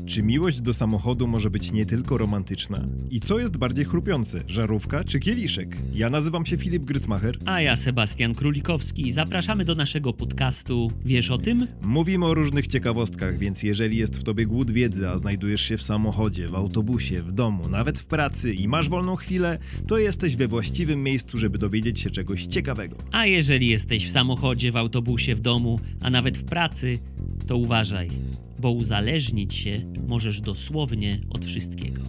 Czy miłość do samochodu może być nie tylko romantyczna? I co jest bardziej chrupiące, żarówka czy kieliszek? Ja nazywam się Filip Grycmacher. A ja Sebastian Królikowski. Zapraszamy do naszego podcastu. Wiesz o tym? Mówimy o różnych ciekawostkach, więc jeżeli jest w tobie głód wiedzy, a znajdujesz się w samochodzie, w autobusie, w domu, nawet w pracy i masz wolną chwilę, to jesteś we właściwym miejscu, żeby dowiedzieć się czegoś ciekawego. A jeżeli jesteś w samochodzie, w autobusie, w domu, a nawet w pracy, to uważaj, bo uzależnić się możesz dosłownie od wszystkiego.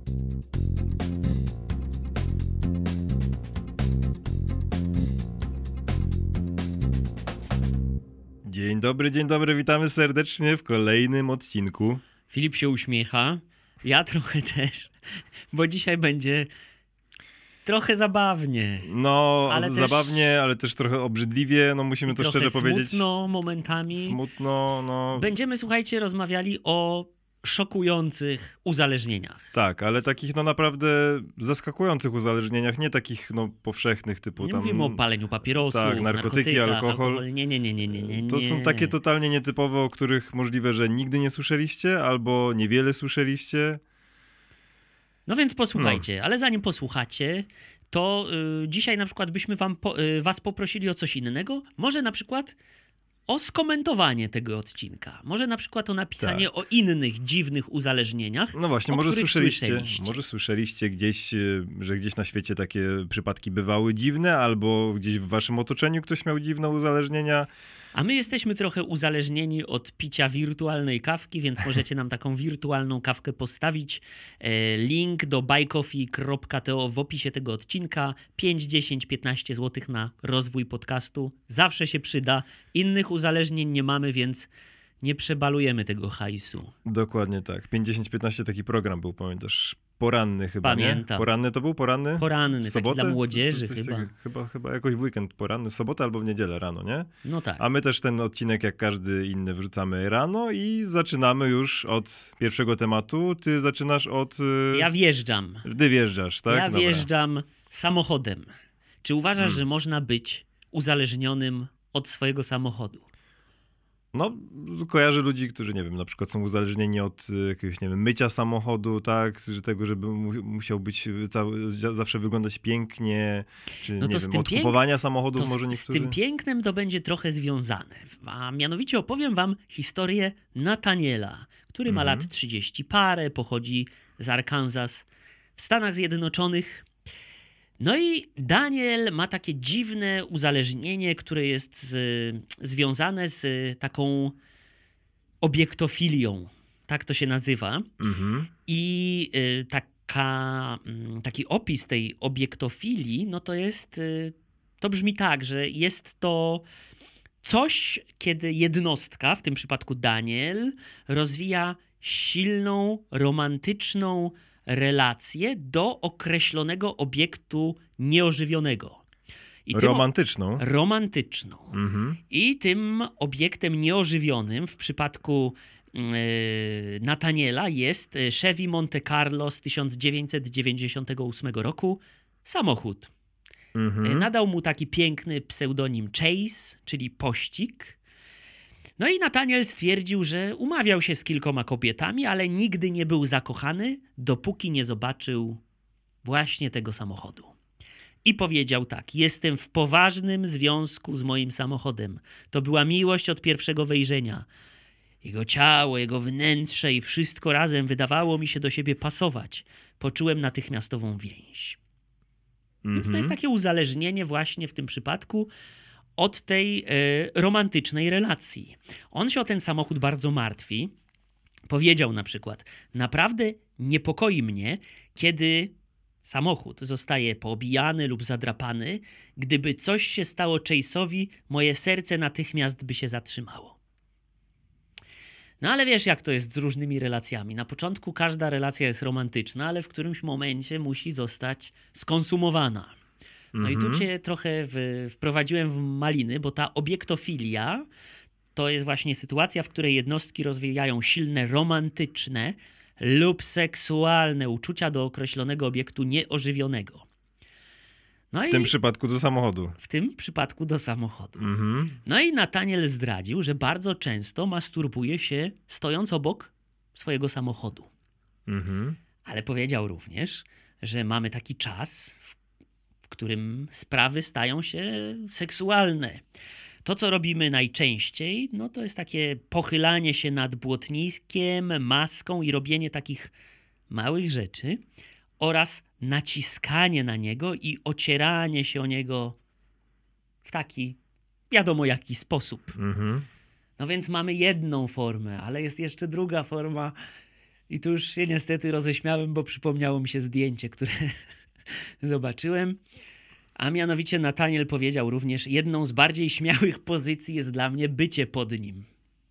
Dzień dobry, witamy serdecznie w kolejnym odcinku. Filip się uśmiecha, ja trochę też, bo dzisiaj będzie trochę zabawnie. No, ale zabawnie, ale też trochę obrzydliwie, no musimy to szczerze powiedzieć. Smutno momentami. Smutno, no. Będziemy, słuchajcie, rozmawiali o szokujących uzależnieniach. Tak, ale takich no naprawdę zaskakujących uzależnieniach, nie takich no powszechnych typu Nie tam... mówimy o paleniu papierosów, tak, narkotyki, alkohol. Nie. To są takie totalnie nietypowe, o których możliwe, że nigdy nie słyszeliście, albo niewiele słyszeliście. No więc posłuchajcie, ale zanim posłuchacie, to dzisiaj na przykład byśmy was poprosili o coś innego. Może na przykład o skomentowanie tego odcinka. Może na przykład o napisanie o innych dziwnych uzależnieniach. No właśnie, o może których słyszeliście gdzieś, że gdzieś na świecie takie przypadki bywały dziwne, albo gdzieś w waszym otoczeniu ktoś miał dziwne uzależnienia. A my jesteśmy trochę uzależnieni od picia wirtualnej kawki, więc możecie nam taką wirtualną kawkę postawić. Link do buycoffee.to w opisie tego odcinka. 5, 10, 15 zł na rozwój podcastu. Zawsze się przyda. Innych uzależnień nie mamy, więc nie przebalujemy tego hajsu. Dokładnie tak. 50-15 taki program był, pamiętasz? Poranny chyba, Pamiętam. Nie? Poranny to był? Poranny? Poranny, taki dla młodzieży Chyba jakoś w weekend poranny, w sobotę albo w niedzielę rano, nie? No tak. A my też ten odcinek, jak każdy inny, wrzucamy rano i zaczynamy już od pierwszego tematu. Ty zaczynasz od... Ja wjeżdżam. Ty wjeżdżasz, tak? Ja wjeżdżam samochodem. Czy uważasz, że można być uzależnionym od swojego samochodu? No, kojarzę ludzi, którzy, nie wiem, na przykład są uzależnieni od jakiegoś, nie wiem, mycia samochodu, tak, że tego, żeby musiał być zawsze wyglądać pięknie, czy, no to nie wiem, od kupowania samochodów może niektórzy. Z tym pięknem to będzie trochę związane, a mianowicie opowiem wam historię Nathaniela, który ma lat 30 parę, pochodzi z Arkansas w Stanach Zjednoczonych. No i Daniel ma takie dziwne uzależnienie, które jest związane z taką obiektofilią. Tak to się nazywa. I taki opis tej obiektofilii, no to jest, to brzmi tak, że jest to coś, kiedy jednostka, w tym przypadku Daniel, rozwija silną, romantyczną relację do określonego obiektu nieożywionego. Romantyczną. I tym obiektem nieożywionym w przypadku Nathaniela jest Chevy Monte Carlo z 1998 roku. Samochód. Nadał mu taki piękny pseudonim Chase, czyli pościg. No i Nathaniel stwierdził, że umawiał się z kilkoma kobietami, ale nigdy nie był zakochany, dopóki nie zobaczył właśnie tego samochodu. I powiedział tak: jestem w poważnym związku z moim samochodem. To była miłość od pierwszego wejrzenia. Jego ciało, jego wnętrze i wszystko razem wydawało mi się do siebie pasować. Poczułem natychmiastową więź. Więc to jest takie uzależnienie właśnie w tym przypadku od tej romantycznej relacji. On się o ten samochód bardzo martwi. Powiedział na przykład: naprawdę niepokoi mnie, kiedy samochód zostaje poobijany lub zadrapany. Gdyby coś się stało Chase'owi, moje serce natychmiast by się zatrzymało. No ale wiesz, jak to jest z różnymi relacjami. Na początku każda relacja jest romantyczna, ale w którymś momencie musi zostać skonsumowana. No i tu cię trochę wprowadziłem w maliny, bo ta obiektofilia to jest właśnie sytuacja, w której jednostki rozwijają silne romantyczne lub seksualne uczucia do określonego obiektu nieożywionego. No w tym przypadku do samochodu. W tym przypadku do samochodu. No i Nathaniel zdradził, że bardzo często masturbuje się stojąc obok swojego samochodu. Ale powiedział również, że mamy taki czas, w którym sprawy stają się seksualne. To, co robimy najczęściej, no to jest takie pochylanie się nad błotniskiem, maską i robienie takich małych rzeczy oraz naciskanie na niego i ocieranie się o niego w taki wiadomo jaki sposób. No więc mamy jedną formę, ale jest jeszcze druga forma i tu już się niestety roześmiałem, bo przypomniało mi się zdjęcie, które zobaczyłem. A mianowicie Nathaniel powiedział również, jedną z bardziej śmiałych pozycji jest dla mnie bycie pod nim.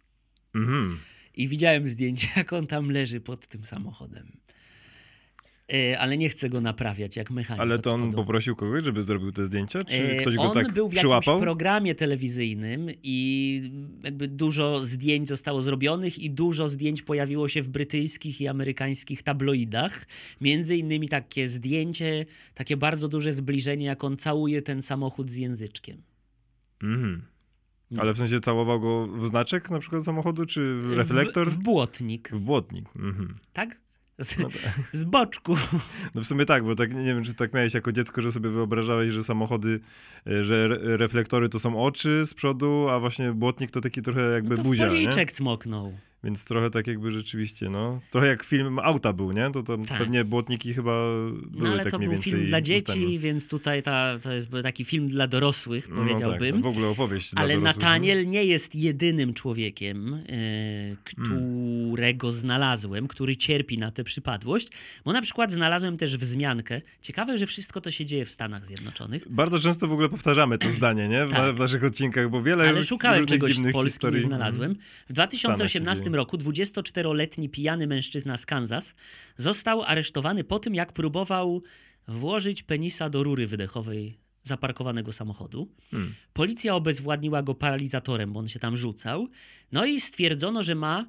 I widziałem zdjęcie, jak on tam leży pod tym samochodem. Ale nie chcę go naprawiać jak mechanik. Ale to on poprosił kogoś, żeby zrobił te zdjęcia? Czy ktoś go on tak był w przyłapał? jakimś programie telewizyjnym i jakby dużo zdjęć zostało zrobionych i dużo zdjęć pojawiło się w brytyjskich i amerykańskich tabloidach. Między innymi takie zdjęcie, takie bardzo duże zbliżenie, jak on całuje ten samochód z języczkiem. Ale w sensie całował go w znaczek na przykład samochodu, czy w reflektor? W błotnik. W błotnik. Tak? Z boczku. No w sumie tak, bo tak nie wiem, czy tak miałeś jako dziecko, że sobie wyobrażałeś, że samochody, że reflektory to są oczy z przodu, a właśnie błotnik to taki trochę jakby to buzia, policzek cmoknął. Więc trochę tak jakby rzeczywiście, no. Trochę jak film Auta był, nie? To tam pewnie błotniki chyba były ale tak to mniej był więcej film dla dzieci, ustane. więc tutaj to jest taki film dla dorosłych, powiedziałbym. No tak, w ogóle opowieść dla ale dorosłych. Nathaniel nie jest jedynym człowiekiem, którego znalazłem, który cierpi na tę przypadłość, bo na przykład znalazłem też wzmiankę. Ciekawe, że wszystko to się dzieje w Stanach Zjednoczonych. Bardzo często w ogóle powtarzamy to zdanie, nie? W naszych odcinkach, bo wiele ale szukałem czegoś z Polski, historii. nie znalazłem. W 2018 roku 24-letni pijany mężczyzna z Kansas został aresztowany po tym, jak próbował włożyć penisa do rury wydechowej zaparkowanego samochodu. Policja obezwładniła go paralizatorem, bo on się tam rzucał. No i stwierdzono, że ma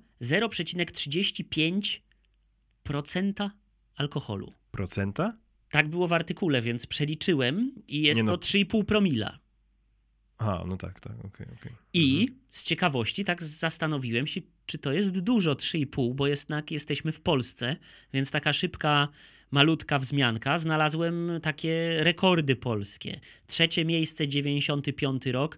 0,35% alkoholu. Procenta? Tak było w artykule, więc przeliczyłem i jest to 3,5 promila. Aha, no tak, okej. I z ciekawości tak zastanowiłem się, czy to jest dużo 3,5, bo jesteśmy w Polsce, więc taka szybka, malutka wzmianka. Znalazłem takie rekordy polskie. 3. miejsce, 95 rok,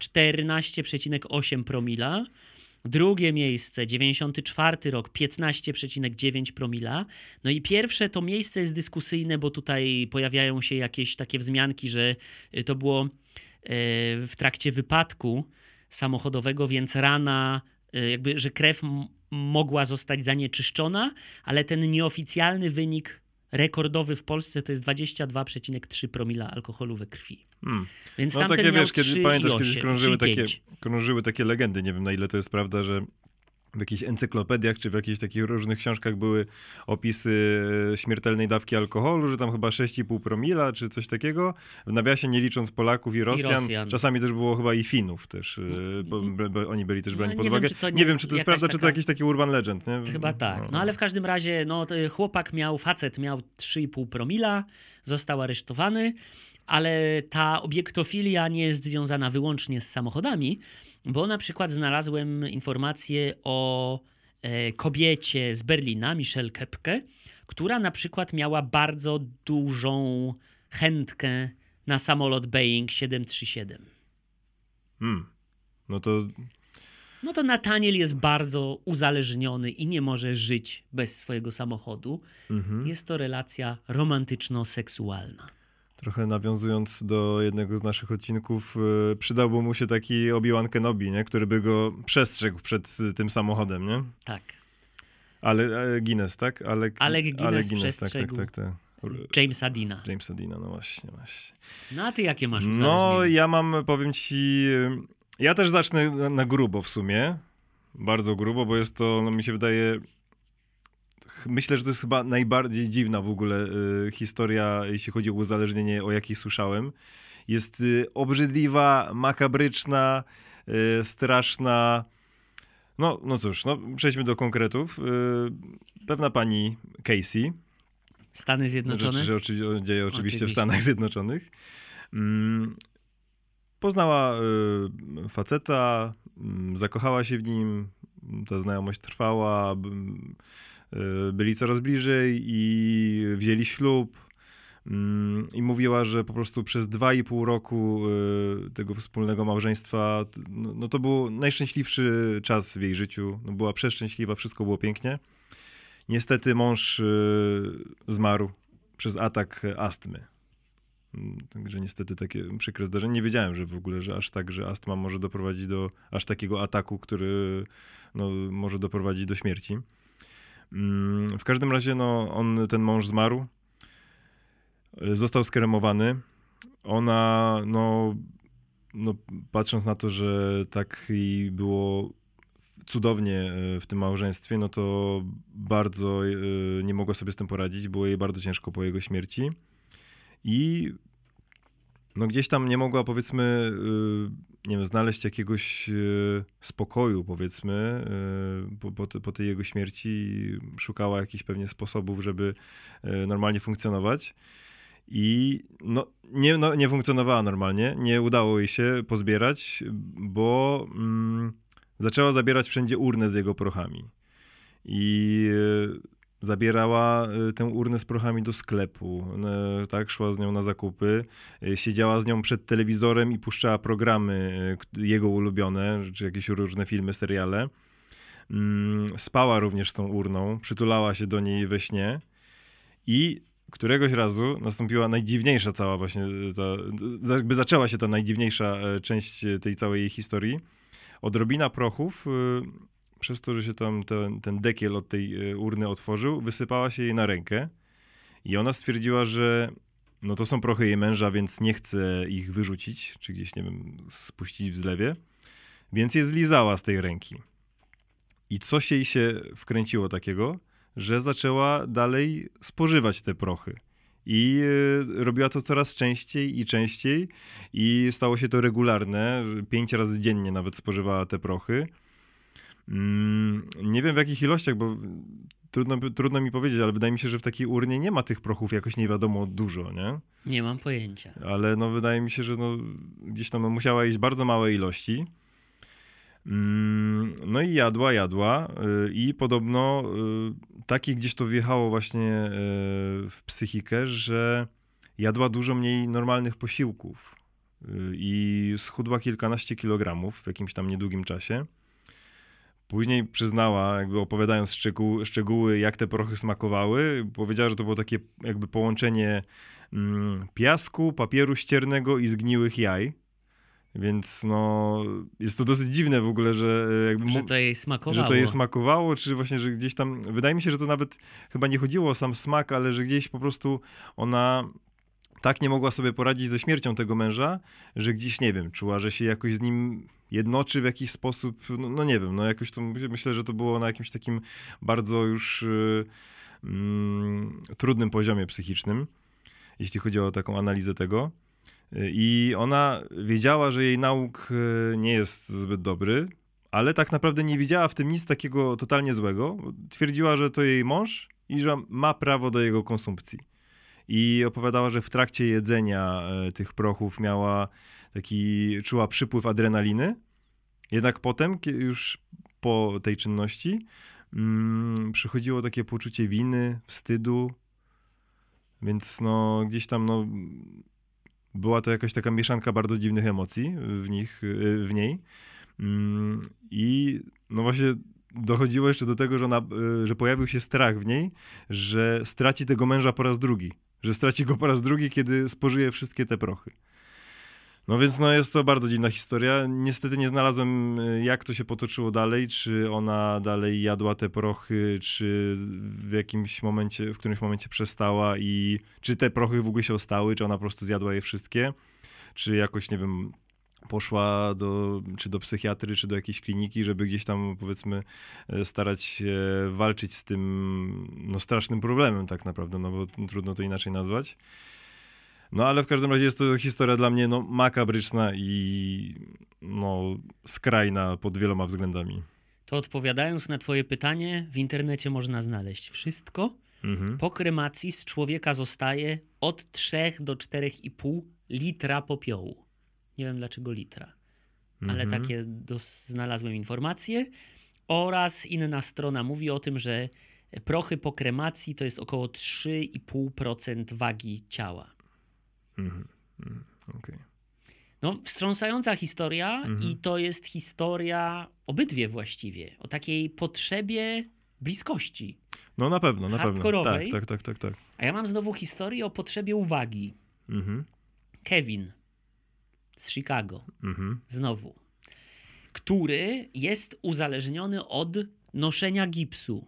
14,8 promila. 2. miejsce, 94 rok, 15,9 promila. No i pierwsze to miejsce jest dyskusyjne, bo tutaj pojawiają się jakieś takie wzmianki, że to było w trakcie wypadku samochodowego, więc rana, jakby, że krew mogła zostać zanieczyszczona, ale ten nieoficjalny wynik rekordowy w Polsce to jest 22,3 promila alkoholu we krwi. Więc tamten takie, miał wiesz, kiedy 3 pamiętasz, i 8, kiedyś 3,5. krążyły takie legendy, nie wiem na ile to jest prawda, że w jakichś encyklopediach czy w jakichś takich różnych książkach były opisy śmiertelnej dawki alkoholu, że tam chyba 6,5 promila czy coś takiego. W nawiasie nie licząc Polaków i Rosjan. Czasami też było chyba i Finów też, bo oni byli też brani pod uwagę. Nie wiem, czy to jest prawda, czy to jakiś taki urban legend. Nie? Chyba tak. No ale w każdym razie facet miał 3,5 promila, został aresztowany, ale ta obiektofilia nie jest związana wyłącznie z samochodami, bo na przykład znalazłem informację o kobiecie z Berlina, Michelle Kepke, która na przykład miała bardzo dużą chętkę na samolot Boeing 737. No to Nathaniel jest bardzo uzależniony i nie może żyć bez swojego samochodu. Jest to relacja romantyczno-seksualna. Trochę nawiązując do jednego z naszych odcinków, przydałby mu się taki Obi-Wan Kenobi, nie? Który by go przestrzegł przed tym samochodem, nie? Tak. Ale Guinness, tak? Alec Guinness przestrzegł tak. Jamesa Deana. Jamesa Deana, no właśnie. No a ty jakie masz uzależnienie? No ja mam, powiem ci, ja też zacznę na grubo w sumie. Bardzo grubo, bo jest to, mi się wydaje... Myślę, że to jest chyba najbardziej dziwna w ogóle historia, jeśli chodzi o uzależnienie, o jakiej słyszałem. Jest obrzydliwa, makabryczna, straszna. No cóż, przejdźmy do konkretów. Pewna pani Casey. Stany Zjednoczone? Rzeczy się dzieje oczywiście w Stanach Zjednoczonych. Poznała faceta, zakochała się w nim, ta znajomość trwała, byli coraz bliżej i wzięli ślub. I mówiła, że po prostu przez 2,5 roku tego wspólnego małżeństwa, no to był najszczęśliwszy czas w jej życiu. No była przeszczęśliwa, wszystko było pięknie. Niestety mąż zmarł przez atak astmy. Także niestety takie przykre zdarzenie. Nie wiedziałem, że w ogóle, że aż tak, że astma może doprowadzić do aż takiego ataku, który no, może doprowadzić do śmierci. W każdym razie no, ten mąż zmarł. Został skremowany. Ona, no patrząc na to, że tak jej było cudownie w tym małżeństwie, no to bardzo nie mogła sobie z tym poradzić. Było jej bardzo ciężko po jego śmierci. I no gdzieś tam nie mogła, powiedzmy, nie wiem, znaleźć jakiegoś spokoju, powiedzmy, po tej jego śmierci. Szukała jakichś pewnie sposobów, żeby normalnie funkcjonować. I nie funkcjonowała normalnie, nie udało jej się pozbierać, bo zaczęła zabierać wszędzie urnę z jego prochami. I zabierała tę urnę z prochami do sklepu, tak, szła z nią na zakupy, siedziała z nią przed telewizorem i puszczała programy jego ulubione, czy jakieś różne filmy, seriale. Spała również z tą urną, przytulała się do niej we śnie i któregoś razu nastąpiła najdziwniejsza cała właśnie, jakby zaczęła się ta najdziwniejsza część tej całej jej historii. Odrobina prochów, przez to, że się tam ten dekiel od tej urny otworzył, wysypała się jej na rękę i ona stwierdziła, że no to są prochy jej męża, więc nie chce ich wyrzucić, czy gdzieś, nie wiem, spuścić w zlewie, więc je zlizała z tej ręki. I coś jej się wkręciło takiego, że zaczęła dalej spożywać te prochy. I robiła to coraz częściej i częściej i stało się to regularne. 5 razy dziennie nawet spożywała te prochy. Nie wiem w jakich ilościach, bo trudno mi powiedzieć, ale wydaje mi się, że w takiej urnie nie ma tych prochów jakoś nie wiadomo dużo, nie? Nie mam pojęcia. Ale no wydaje mi się, że no, gdzieś tam musiała jeść bardzo małe ilości. No i jadła i podobno takie gdzieś to wjechało właśnie w psychikę, że jadła dużo mniej normalnych posiłków i schudła kilkanaście kilogramów w jakimś tam niedługim czasie. Później przyznała, jakby opowiadając szczegóły, jak te prochy smakowały, powiedziała, że to było takie jakby połączenie piasku, papieru ściernego i zgniłych jaj. Więc no, jest to dosyć dziwne w ogóle, że jakby że to jej smakowało. Że to jej smakowało, czy właśnie, że gdzieś tam, wydaje mi się, że to nawet chyba nie chodziło o sam smak, ale że gdzieś po prostu ona tak nie mogła sobie poradzić ze śmiercią tego męża, że gdzieś, nie wiem, czuła, że się jakoś z nim jednoczy w jakiś sposób, no nie wiem, no jakoś to myślę, że to było na jakimś takim bardzo już trudnym poziomie psychicznym, jeśli chodzi o taką analizę tego. I ona wiedziała, że jej nauk nie jest zbyt dobry, ale tak naprawdę nie widziała w tym nic takiego totalnie złego. Twierdziła, że to jej mąż i że ma prawo do jego konsumpcji. I opowiadała, że w trakcie jedzenia tych prochów czuła przypływ adrenaliny. Jednak potem, już po tej czynności, przychodziło takie poczucie winy, wstydu. Więc no gdzieś tam była to jakaś taka mieszanka bardzo dziwnych emocji w niej. I no właśnie dochodziło jeszcze do tego, że pojawił się strach w niej, że straci tego męża po raz drugi. Że straci go po raz drugi, kiedy spożyje wszystkie te prochy. No więc jest to bardzo dziwna historia. Niestety nie znalazłem, jak to się potoczyło dalej, czy ona dalej jadła te prochy, czy w którymś momencie przestała i czy te prochy w ogóle się ostały, czy ona po prostu zjadła je wszystkie, czy jakoś, nie wiem, poszła czy do psychiatry, czy do jakiejś kliniki, żeby gdzieś tam, powiedzmy, starać się walczyć z tym strasznym problemem tak naprawdę, bo trudno to inaczej nazwać. No ale w każdym razie jest to historia dla mnie makabryczna i skrajna pod wieloma względami. To odpowiadając na twoje pytanie, w internecie można znaleźć wszystko. Po kremacji z człowieka zostaje od 3 do 4,5 litra popiołu. Nie wiem dlaczego litra, ale takie znalazłem informacje. Oraz inna strona mówi o tym, że prochy po kremacji to jest około 3,5% wagi ciała. Okej. No, wstrząsająca historia i to jest historia obydwie właściwie, o takiej potrzebie bliskości. No na pewno. Hardkorowej. Tak. A ja mam znowu historię o potrzebie uwagi. Kevin z Chicago. Znowu. Który jest uzależniony od noszenia gipsu.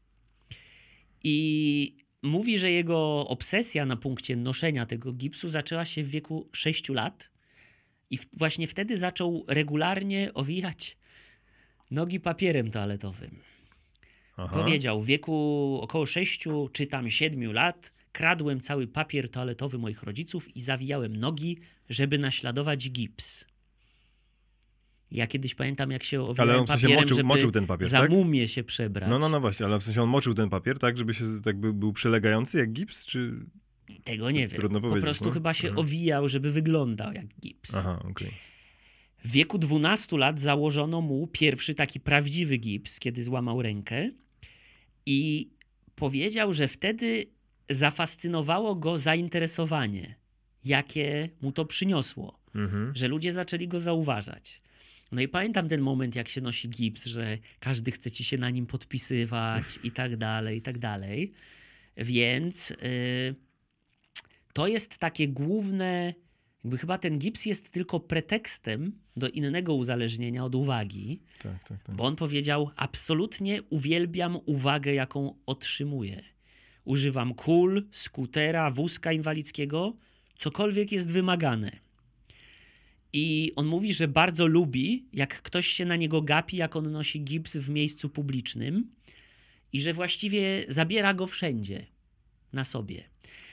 I mówi, że jego obsesja na punkcie noszenia tego gipsu zaczęła się w wieku 6 lat i właśnie wtedy zaczął regularnie owijać nogi papierem toaletowym. Powiedział, w wieku około 6 czy tam 7 lat kradłem cały papier toaletowy moich rodziców i zawijałem nogi, żeby naśladować gips. Ja kiedyś pamiętam, jak się owijałem papierem, żeby moczył ten papier, za tak? mumię się przebrać. No właśnie, ale w sensie on moczył ten papier, tak? Żeby się tak był przylegający jak gips, czy... Tego nie wiem. Trudno powiedzieć, po prostu no? chyba się owijał, żeby wyglądał jak gips. Okej. W wieku 12 lat założono mu pierwszy taki prawdziwy gips, kiedy złamał rękę i powiedział, że wtedy zafascynowało go zainteresowanie, jakie mu to przyniosło, że ludzie zaczęli go zauważać. No i pamiętam ten moment, jak się nosi gips, że każdy chce ci się na nim podpisywać i tak dalej, i tak dalej. Więc to jest takie główne, jakby chyba ten gips jest tylko pretekstem do innego uzależnienia od uwagi. Tak. Bo on powiedział, absolutnie uwielbiam uwagę, jaką otrzymuję. Używam kul, skutera, wózka inwalidzkiego, cokolwiek jest wymagane. I on mówi, że bardzo lubi, jak ktoś się na niego gapi, jak on nosi gips w miejscu publicznym i że właściwie zabiera go wszędzie na sobie.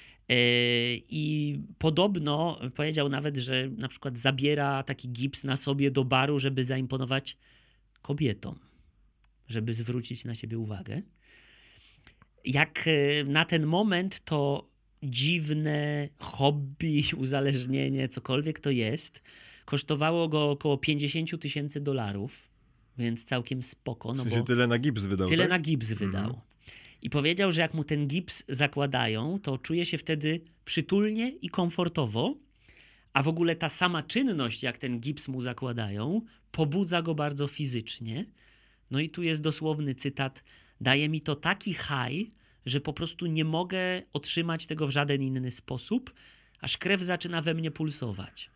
I podobno powiedział nawet, że na przykład zabiera taki gips na sobie do baru, żeby zaimponować kobietom, żeby zwrócić na siebie uwagę. Jak na ten moment to dziwne hobby, uzależnienie, cokolwiek to jest, kosztowało go około $50,000, więc całkiem spoko. No w sensie bo tyle na gips wydał, tyle tak? na gips wydał. I powiedział, że jak mu ten gips zakładają, to czuje się wtedy przytulnie i komfortowo, a w ogóle ta sama czynność, jak ten gips mu zakładają, pobudza go bardzo fizycznie. No i tu jest dosłowny cytat: daje mi to taki high, że po prostu nie mogę otrzymać tego w żaden inny sposób, aż krew zaczyna we mnie pulsować.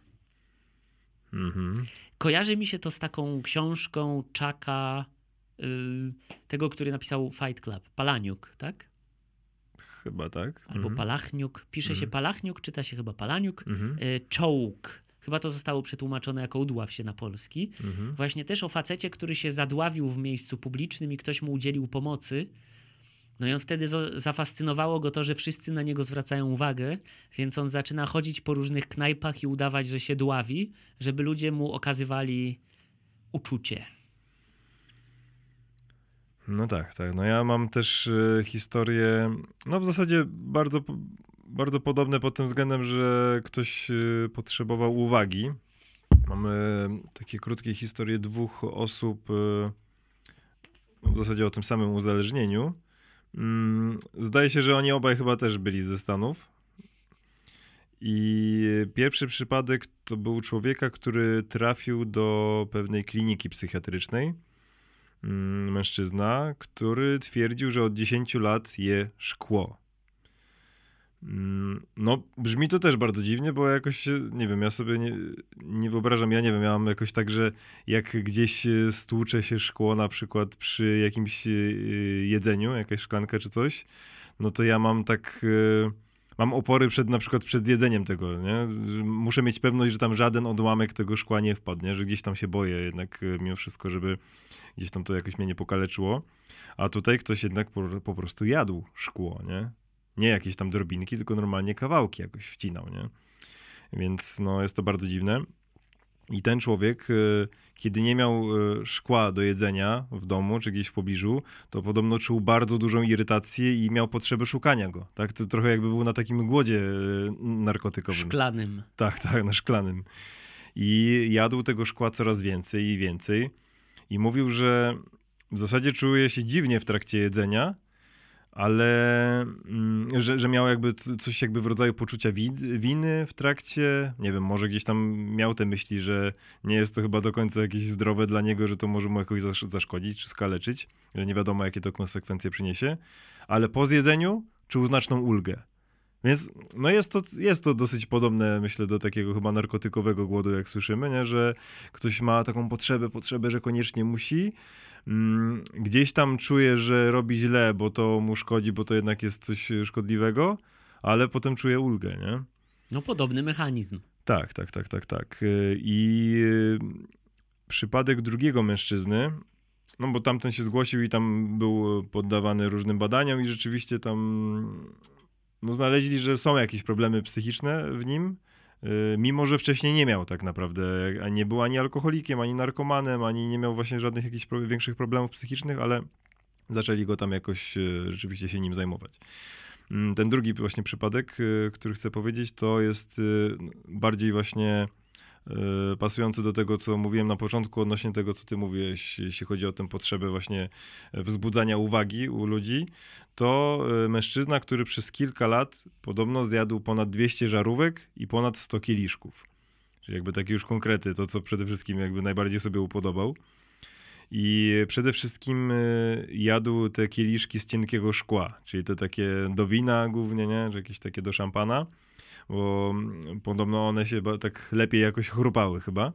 Kojarzy mi się to z taką książką Chucka, tego, który napisał Fight Club. Palahniuk, tak? Chyba tak. Albo Palachniuk. Pisze się Palachniuk, czyta się chyba Palahniuk. Czołg. Chyba to zostało przetłumaczone jako udław się na polski. Właśnie też o facecie, który się zadławił w miejscu publicznym i ktoś mu udzielił pomocy. No i on wtedy zafascynowało go to, że wszyscy na niego zwracają uwagę, więc on zaczyna chodzić po różnych knajpach i udawać, że się dławi, żeby ludzie mu okazywali uczucie. No tak. No ja mam też historię, no w zasadzie bardzo podobne pod tym względem, że ktoś potrzebował uwagi. Mamy takie krótkie historie 2 osób, w zasadzie o tym samym uzależnieniu. Zdaje się, że oni obaj chyba też byli ze Stanów. I pierwszy przypadek to był człowieka, który trafił do pewnej kliniki psychiatrycznej. Mężczyzna, który twierdził, że od 10 lat je szkło. No, brzmi to też bardzo dziwnie, bo jakoś, nie wiem, ja sobie nie wyobrażam, ja nie wiem, ja mam jakoś tak, że jak gdzieś stłucze się szkło na przykład przy jakimś jedzeniu, jakaś szklanka czy coś, no to ja mam tak... Mam opory na przykład przed jedzeniem tego, nie? Muszę mieć pewność, że tam żaden odłamek tego szkła nie wpadnie, że gdzieś tam się boję jednak mimo wszystko, żeby gdzieś tam to jakoś mnie nie pokaleczyło. A tutaj ktoś jednak po prostu jadł szkło, nie? Nie jakieś tam drobinki, tylko normalnie kawałki jakoś wcinał, nie? Więc no jest to bardzo dziwne. I ten człowiek, kiedy nie miał szkła do jedzenia w domu czy gdzieś w pobliżu, to podobno czuł bardzo dużą irytację i miał potrzebę szukania go. Tak? To trochę jakby był na takim głodzie narkotykowym. Szklanym. Tak, na szklanym. I jadł tego szkła coraz więcej i więcej. I mówił, że w zasadzie czuje się dziwnie w trakcie jedzenia, ale że miał jakby coś jakby w rodzaju poczucia winy w trakcie, nie wiem, może gdzieś tam miał te myśli, że nie jest to chyba do końca jakieś zdrowe dla niego, że to może mu jakoś zaszkodzić czy skaleczyć, że nie wiadomo, jakie to konsekwencje przyniesie, ale po zjedzeniu czuł znaczną ulgę. Więc no jest to dosyć podobne, myślę, do takiego chyba narkotykowego głodu, jak słyszymy, nie? Że ktoś ma taką potrzebę, że koniecznie musi. Gdzieś tam czuje, że robi źle, bo to mu szkodzi, bo to jednak jest coś szkodliwego, ale potem czuje ulgę, nie? No podobny mechanizm. Tak. I przypadek drugiego mężczyzny, no bo tamten się zgłosił i tam był poddawany różnym badaniom i rzeczywiście tam no znaleźli, że są jakieś problemy psychiczne w nim, mimo że wcześniej nie miał tak naprawdę, nie był ani alkoholikiem, ani narkomanem, ani nie miał właśnie żadnych jakichś większych problemów psychicznych, ale zaczęli go tam jakoś rzeczywiście się nim zajmować. Ten drugi właśnie przypadek, który chcę powiedzieć, to jest bardziej właśnie pasujący do tego, co mówiłem na początku odnośnie tego, co ty mówiłeś, jeśli chodzi o tę potrzebę właśnie wzbudzania uwagi u ludzi, to mężczyzna, który przez kilka lat podobno zjadł ponad 200 żarówek i ponad 100 kieliszków. Czyli jakby takie już konkrety, to co przede wszystkim jakby najbardziej sobie upodobał. I przede wszystkim jadł te kieliszki z cienkiego szkła, czyli te takie do wina głównie, nie? Czy jakieś takie do szampana, bo podobno one się tak lepiej jakoś chrupały chyba.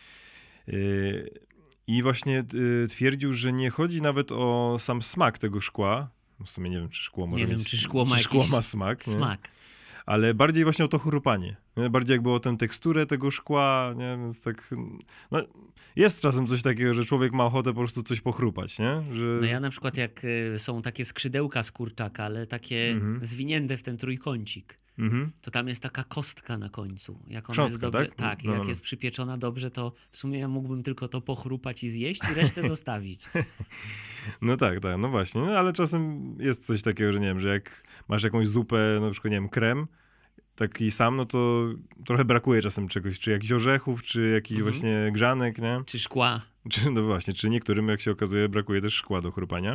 I właśnie twierdził, że nie chodzi nawet o sam smak tego szkła. W sumie nie wiem, czy szkło może mieć, czy szkło ma smak. Smak. Ale bardziej właśnie o to chrupanie. Nie? Bardziej jakby o tę teksturę tego szkła, nie? Więc tak, no, jest czasem coś takiego, że człowiek ma ochotę po prostu coś pochrupać, nie? Że... No ja na przykład jak są takie skrzydełka z kurczaka, ale takie zwinięte w ten trójkącik, to tam jest taka kostka na końcu. Jak ona Chrząstka, jest dobrze, tak? Jak jest przypieczona dobrze, to w sumie ja mógłbym tylko to pochrupać i zjeść i resztę zostawić. No tak, no właśnie. No, ale czasem jest coś takiego, że nie wiem, że jak masz jakąś zupę, na przykład, nie wiem, krem, taki sam, no to trochę brakuje czasem czegoś, czy jakichś orzechów, czy jakichś właśnie grzanek, nie? Czy szkła. No właśnie, czy niektórym, jak się okazuje, brakuje też szkła do chrupania.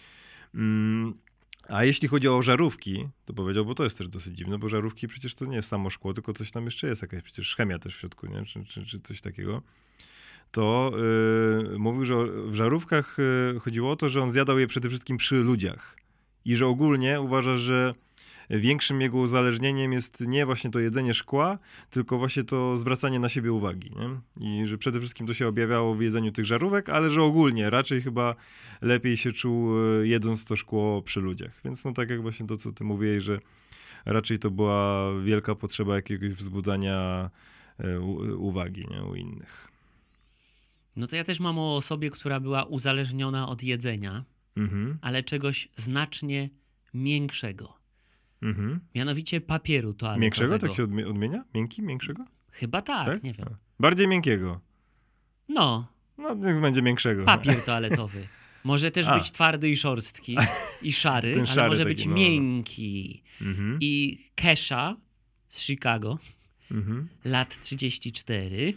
A jeśli chodzi o żarówki, to powiedział, bo to jest też dosyć dziwne, bo żarówki przecież to nie jest samo szkło, tylko coś tam jeszcze jest, jakaś przecież chemia też w środku, nie? Czy coś takiego. To mówił, że w żarówkach chodziło o to, że on zjadał je przede wszystkim przy ludziach. I że ogólnie uważa, że większym jego uzależnieniem jest nie właśnie to jedzenie szkła, tylko właśnie to zwracanie na siebie uwagi. Nie? I że przede wszystkim to się objawiało w jedzeniu tych żarówek, ale że ogólnie raczej chyba lepiej się czuł jedząc to szkło przy ludziach. Więc no tak jak właśnie to, co ty mówiłeś, że raczej to była wielka potrzeba jakiegoś wzbudzania uwagi, nie? U innych. No to ja też mam o osobie, która była uzależniona od jedzenia, ale czegoś znacznie miększego. Mianowicie papieru toaletowego. Miększego? Tak się odmienia? Miększego? Chyba tak, nie wiem. Bardziej miękkiego. No. No, niech będzie miększego. Papier toaletowy. Może też być twardy i szorstki i szary, ale szary może taki, być miękki. I Kesha z Chicago, lat 34,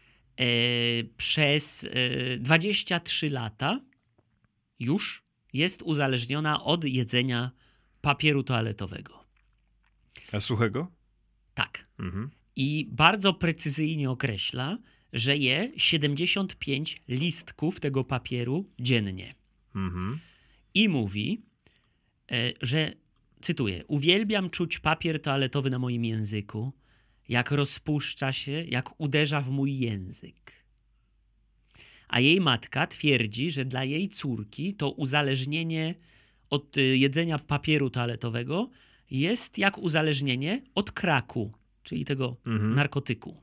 przez 23 lata już jest uzależniona od jedzenia papieru toaletowego. A suchego? Tak. I bardzo precyzyjnie określa, że je 75 listków tego papieru dziennie. I mówi, że, cytuję, uwielbiam czuć papier toaletowy na moim języku, jak rozpuszcza się, jak uderza w mój język. A jej matka twierdzi, że dla jej córki to uzależnienie od jedzenia papieru toaletowego jest jak uzależnienie od kraku, czyli tego narkotyku.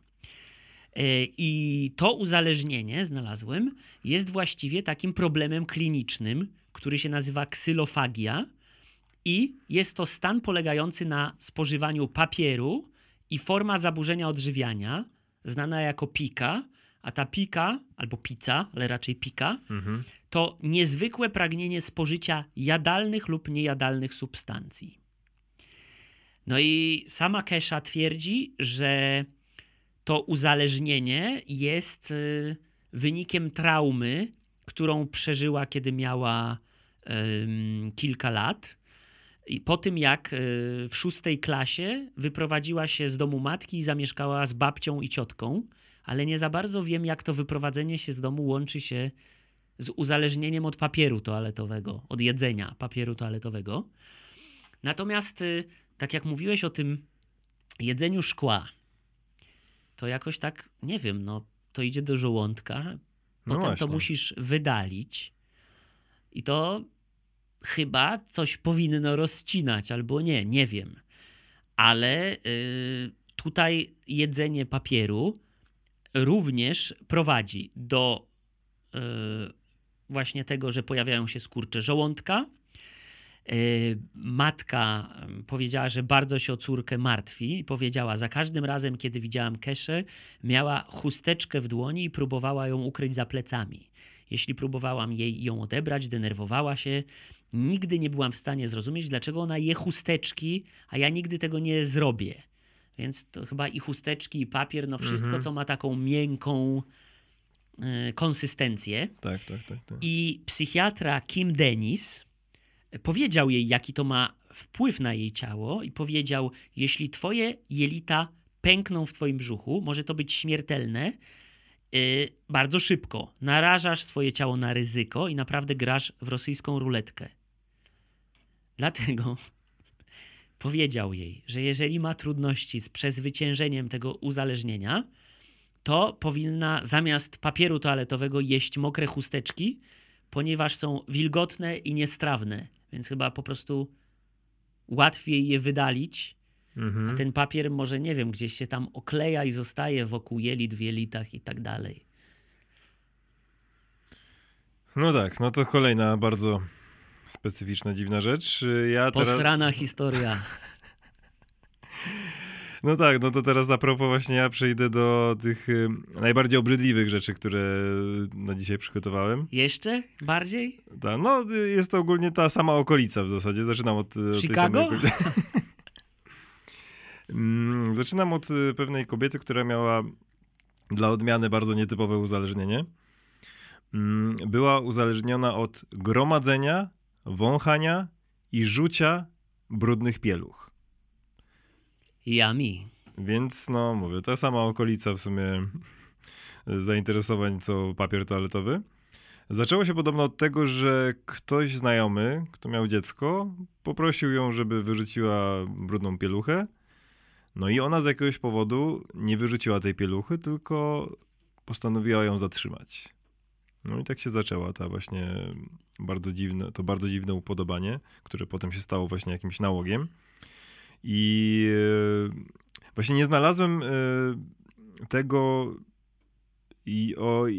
I to uzależnienie, znalazłem, jest właściwie takim problemem klinicznym, który się nazywa ksylofagia i jest to stan polegający na spożywaniu papieru i forma zaburzenia odżywiania, znana jako pika, a ta pika, albo pizza, ale raczej pika, to niezwykłe pragnienie spożycia jadalnych lub niejadalnych substancji. No i sama Kesha twierdzi, że to uzależnienie jest wynikiem traumy którą przeżyła, kiedy miała kilka lat. I po tym, jak w 6. klasie wyprowadziła się z domu matki i zamieszkała z babcią i ciotką, ale nie za bardzo wiem, jak to wyprowadzenie się z domu łączy się z uzależnieniem od papieru toaletowego, od jedzenia papieru toaletowego. Natomiast, tak jak mówiłeś o tym jedzeniu szkła, to jakoś tak, nie wiem, no to idzie do żołądka, potem to musisz wydalić i to chyba coś powinno rozcinać, albo nie wiem. Ale tutaj jedzenie papieru również prowadzi do właśnie tego, że pojawiają się skurcze żołądka. Matka powiedziała, że bardzo się o córkę martwi i powiedziała, za każdym razem, kiedy widziałam Keszę, miała chusteczkę w dłoni i próbowała ją ukryć za plecami. Jeśli próbowałam jej ją odebrać, denerwowała się. Nigdy nie byłam w stanie zrozumieć, dlaczego ona je chusteczki, a ja nigdy tego nie zrobię. Więc to chyba i chusteczki, i papier, no wszystko, co ma taką miękką konsystencję. Tak. I psychiatra Kim Dennis powiedział jej, jaki to ma wpływ na jej ciało i powiedział, jeśli twoje jelita pękną w twoim brzuchu, może to być śmiertelne, bardzo szybko. Narażasz swoje ciało na ryzyko i naprawdę grasz w rosyjską ruletkę. Dlatego powiedział jej, że jeżeli ma trudności z przezwyciężeniem tego uzależnienia, to powinna zamiast papieru toaletowego jeść mokre chusteczki, ponieważ są wilgotne i niestrawne, więc chyba po prostu łatwiej je wydalić, a ten papier może, nie wiem, gdzieś się tam okleja i zostaje wokół jelit, w jelitach i tak dalej. No tak, no to kolejna bardzo specyficzna, dziwna rzecz. Posrana historia. No tak, no to teraz a propos właśnie ja przejdę do tych najbardziej obrzydliwych rzeczy, które na dzisiaj przygotowałem. Jeszcze bardziej? Tak, no jest to ogólnie ta sama okolica w zasadzie. Zaczynam od Chicago? tej samej Zaczynam od pewnej kobiety, która miała dla odmiany bardzo nietypowe uzależnienie. Była uzależniona od gromadzenia, wąchania i rzucia brudnych pieluch. Yummy. Więc no mówię, ta sama okolica w sumie zainteresowań co papier toaletowy. Zaczęło się podobno od tego, że ktoś znajomy, kto miał dziecko, poprosił ją, żeby wyrzuciła brudną pieluchę. No i ona z jakiegoś powodu nie wyrzuciła tej pieluchy, tylko postanowiła ją zatrzymać. No i tak się zaczęła ta właśnie bardzo dziwne upodobanie, które potem się stało właśnie jakimś nałogiem. I właśnie nie znalazłem tego i o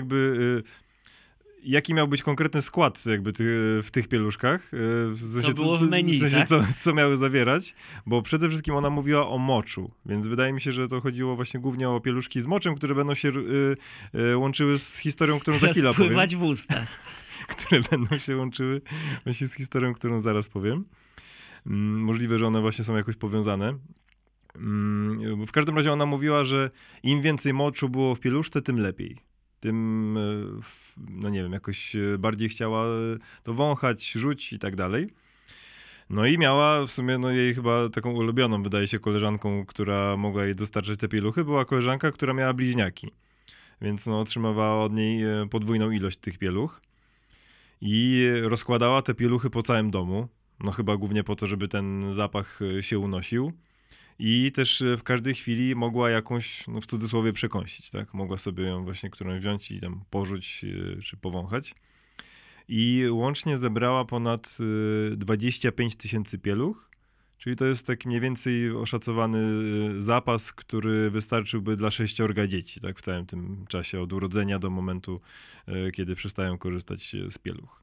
jaki miał być konkretny skład jakby w tych pieluszkach. W sensie, co było w menu, w sensie, tak? co miały zawierać, bo przede wszystkim ona mówiła o moczu, więc wydaje mi się, że to chodziło właśnie głównie o pieluszki z moczem, które będą się łączyły z historią, którą za chwilę powiem. Rozpływać w ustach. Które będą się łączyły właśnie z historią, którą zaraz powiem. Możliwe, że one właśnie są jakoś powiązane. W każdym razie ona mówiła, że im więcej moczu było w pieluszce, tym lepiej. Tym, no nie wiem, jakoś bardziej chciała to wąchać, rzuć i tak dalej. No i miała w sumie, no jej chyba taką ulubioną, wydaje się, koleżanką, która mogła jej dostarczyć te pieluchy, była koleżanka, która miała bliźniaki. Więc no otrzymywała od niej podwójną ilość tych pieluch. I rozkładała te pieluchy po całym domu. No chyba głównie po to, żeby ten zapach się unosił. I też w każdej chwili mogła jakąś, no w cudzysłowie, przekąsić, tak? Mogła sobie ją właśnie którąś wziąć i tam porzuć czy powąchać. I łącznie zebrała ponad 25 000 pieluch, czyli to jest taki mniej więcej oszacowany zapas, który wystarczyłby dla 6 dzieci, tak? W całym tym czasie od urodzenia do momentu, kiedy przestają korzystać z pieluch.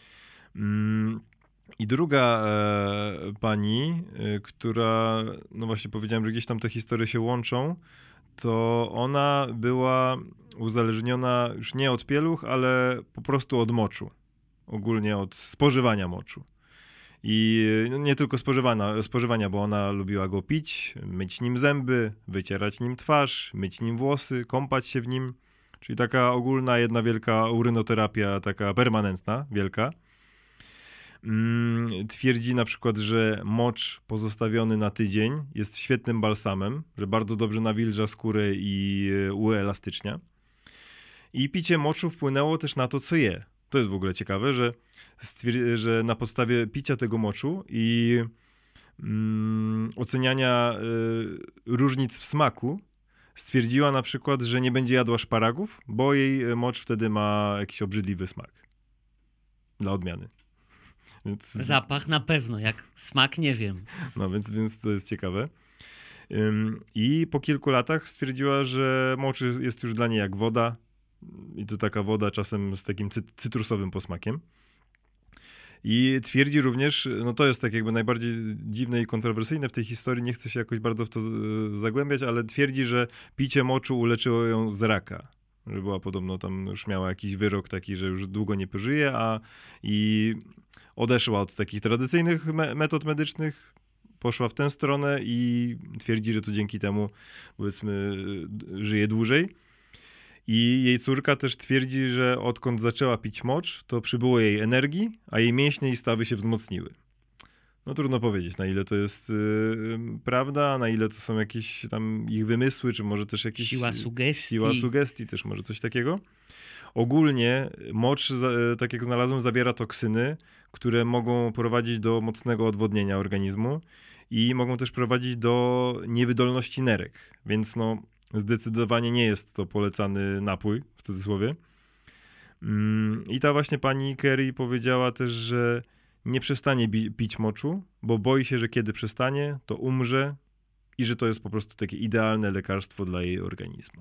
I druga pani, która, no właśnie powiedziałem, że gdzieś tam te historie się łączą, to ona była uzależniona już nie od pieluch, ale po prostu od moczu. Ogólnie od spożywania moczu. I nie tylko spożywania, bo ona lubiła go pić, myć nim zęby, wycierać nim twarz, myć nim włosy, kąpać się w nim. czyli taka ogólna, jedna wielka urynoterapia, taka permanentna, wielka. Twierdzi na przykład, że mocz pozostawiony na tydzień jest świetnym balsamem, że bardzo dobrze nawilża skórę i uelastycznia. I picie moczu wpłynęło też na to, co je. To jest w ogóle ciekawe, że na podstawie picia tego moczu i oceniania różnic w smaku stwierdziła na przykład, że nie będzie jadła szparagów, bo jej mocz wtedy ma jakiś obrzydliwy smak. Dla odmiany. Więc... Zapach na pewno, jak smak nie wiem. No więc to jest ciekawe. I po kilku latach stwierdziła, że mocz jest już dla niej jak woda i to taka woda czasem z takim cytrusowym posmakiem. I twierdzi również, no to jest tak jakby najbardziej dziwne i kontrowersyjne w tej historii, nie chcę się jakoś bardzo w to zagłębiać, ale twierdzi, że picie moczu uleczyło ją z raka. Że była podobno tam, już miała jakiś wyrok taki, że już długo nie pożyje, i odeszła od takich tradycyjnych metod medycznych, poszła w tę stronę i twierdzi, że to dzięki temu, powiedzmy, żyje dłużej. I jej córka też twierdzi, że odkąd zaczęła pić mocz, to przybyło jej energii, a jej mięśnie i stawy się wzmocniły. No trudno powiedzieć, na ile to jest prawda, na ile to są jakieś tam ich wymysły, czy może też jakieś... Siła sugestii. Siła sugestii, też może coś takiego. Ogólnie mocz, tak jak znalazłem, zawiera toksyny, które mogą prowadzić do mocnego odwodnienia organizmu i mogą też prowadzić do niewydolności nerek, więc no zdecydowanie nie jest to polecany napój, w cudzysłowie. I ta właśnie pani Carey powiedziała też, że nie przestanie pić moczu, bo boi się, że kiedy przestanie, to umrze i że to jest po prostu takie idealne lekarstwo dla jej organizmu.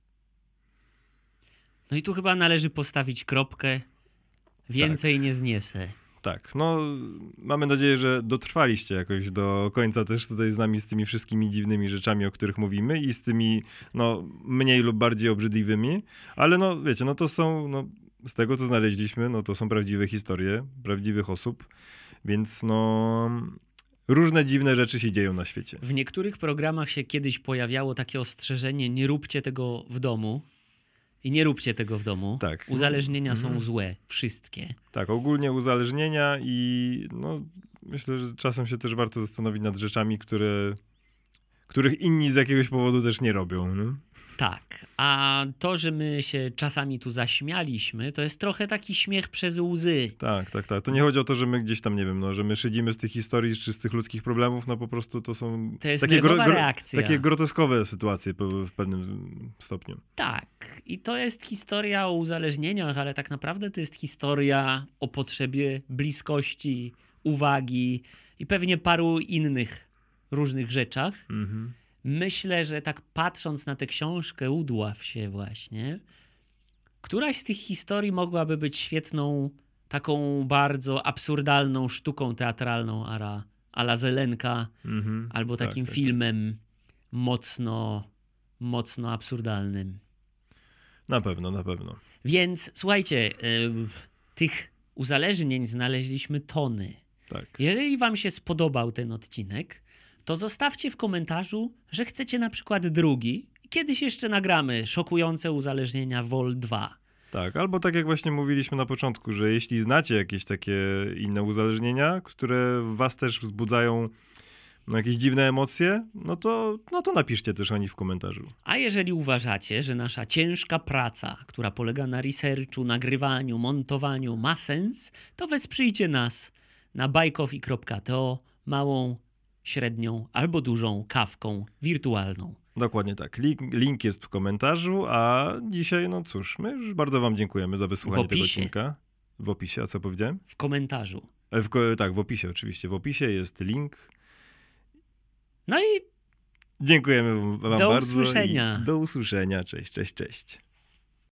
No i tu chyba należy postawić kropkę. Więcej nie zniesę. Tak, no mamy nadzieję, że dotrwaliście jakoś do końca też tutaj z nami z tymi wszystkimi dziwnymi rzeczami, o których mówimy i z tymi no mniej lub bardziej obrzydliwymi, ale no wiecie, no to są, no z tego co znaleźliśmy, no to są prawdziwe historie, prawdziwych osób, więc no różne dziwne rzeczy się dzieją na świecie. W niektórych programach się kiedyś pojawiało takie ostrzeżenie, nie róbcie tego w domu. I nie róbcie tego w domu. Tak. Uzależnienia są złe. Wszystkie. Tak, ogólnie uzależnienia i no myślę, że czasem się też warto zastanowić nad rzeczami, których inni z jakiegoś powodu też nie robią. Nie? Tak. A to, że my się czasami tu zaśmialiśmy, to jest trochę taki śmiech przez łzy. Tak. To nie chodzi o to, że my gdzieś tam, nie wiem, no, że my szydzimy z tych historii czy z tych ludzkich problemów, no po prostu to są To jest takie, reakcja. takie groteskowe sytuacje w pewnym stopniu. Tak. I to jest historia o uzależnieniach, ale tak naprawdę to jest historia o potrzebie bliskości, uwagi i pewnie paru innych różnych rzeczach. Myślę, że tak patrząc na tę książkę Udław się właśnie, któraś z tych historii mogłaby być świetną, taką bardzo absurdalną sztuką teatralną a la Zelenka, albo takim filmem mocno absurdalnym. Na pewno. Więc słuchajcie, tych uzależnień znaleźliśmy tony. Tak. Jeżeli wam się spodobał ten odcinek, to zostawcie w komentarzu, że chcecie na przykład drugi. Kiedyś jeszcze nagramy szokujące uzależnienia Vol 2. Tak, albo tak jak właśnie mówiliśmy na początku, że jeśli znacie jakieś takie inne uzależnienia, które w was też wzbudzają jakieś dziwne emocje, no to napiszcie też o nich w komentarzu. A jeżeli uważacie, że nasza ciężka praca, która polega na researchu, nagrywaniu, montowaniu ma sens, to wesprzyjcie nas na buycoffee.to małą, średnią albo dużą kawką wirtualną. Dokładnie tak. Link jest w komentarzu, a dzisiaj, no cóż, my już bardzo wam dziękujemy za wysłuchanie tego odcinka. W opisie, a co powiedziałem? W komentarzu. Tak, w opisie oczywiście. W opisie jest link. No i dziękujemy wam bardzo. Do usłyszenia. Do usłyszenia. Cześć.